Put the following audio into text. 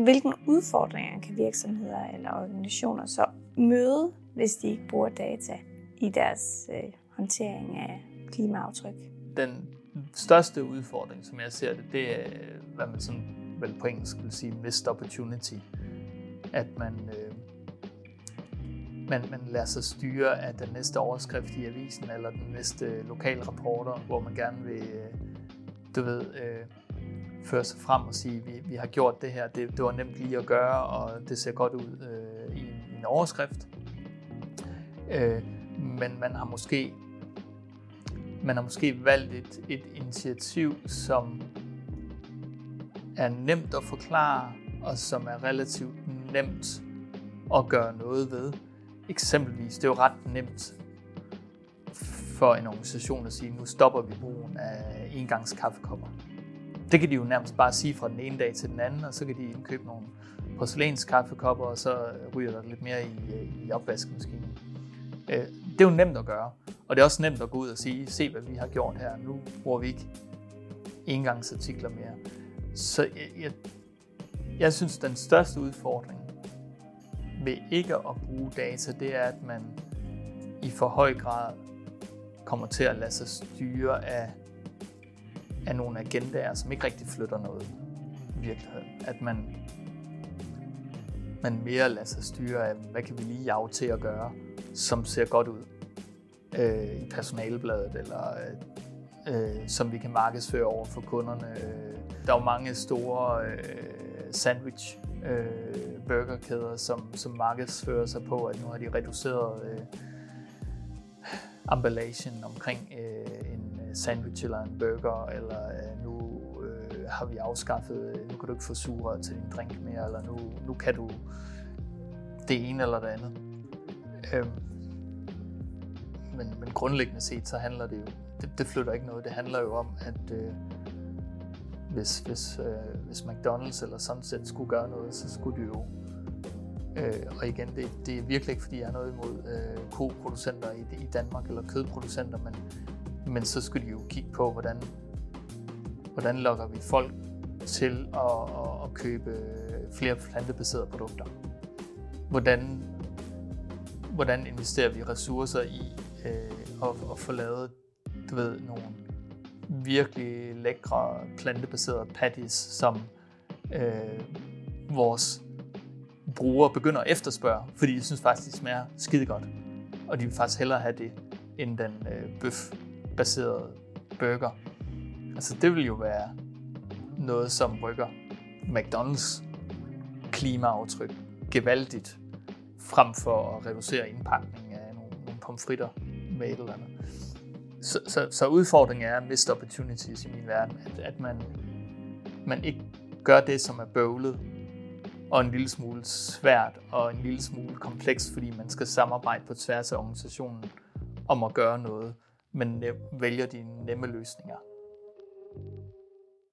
Hvilke udfordringer kan virksomheder eller organisationer så møde, hvis de ikke bruger data i deres håndtering af klimaaftryk? Den største udfordring, som jeg ser det, det er, hvad man sådan vel på engelsk vil sige, missed opportunity. At man lader sig styre af den næste overskrift i avisen, eller den næste lokale rapporter, hvor man gerne vil, føre sig frem og sige, vi har gjort det her, det var nemt lige at gøre, og det ser godt ud i en overskrift. Men man har måske valgt et initiativ, som er nemt at forklare, og som er relativt nemt at gøre noget ved. Eksempelvis, det er jo ret nemt for en organisation at sige, nu stopper vi brugen af engangskaffekopper. Det kan de jo nærmest bare sige fra den ene dag til den anden, og så kan de indkøbe nogle porcelænskaffekopper, og så ryger der lidt mere i opvaskemaskinen. Det er jo nemt at gøre, og det er også nemt at gå ud og sige, se hvad vi har gjort her, nu bruger vi ikke engangsartikler mere. Så jeg synes, den største udfordring ved ikke at bruge data, det er, at man i for høj grad kommer til at lade sig styre af nogle agendaer, som ikke rigtig flytter noget i virkeligheden. At man mere lader sig styre af, hvad kan vi lige jage til at gøre, som ser godt ud i personalebladet, eller som vi kan markedsføre over for kunderne. Der er jo mange store sandwich burgerkæder, som markedsfører sig på, at nu har de reduceret emballagen omkring en sandwich eller en burger, eller nu har vi afskaffet, nu kan du ikke få sugerør til din drink mere, eller nu kan du det ene eller det andet. Men grundlæggende set, så handler det jo, det flytter ikke noget. Det handler jo om, at hvis McDonald's eller Sunset skulle gøre noget, så skulle de jo, og igen, det er virkelig ikke, fordi jeg har noget imod koproducenter i Danmark, eller kødproducenter, men så skulle de jo kigge på, hvordan lokker vi folk til at købe flere plantebaserede produkter. Hvordan investerer vi ressourcer i at få lavet, nogle virkelig lækre plantebaserede patties, som vores brugere begynder at efterspørge, fordi de synes faktisk, de smager skide godt. Og de vil faktisk hellere have det, end den bøf-baserede burger. Altså det vil jo være noget, som rykker McDonald's klimaaftryk gevaldigt, frem for at reducere indpakning af nogle pomfritter med et eller andet. Så udfordringen er missed opportunities i min verden, at man ikke gør det, som er bøvlet, og en lille smule svært og en lille smule kompleks, fordi man skal samarbejde på tværs af organisationen om at gøre noget, men vælger de nemme løsninger.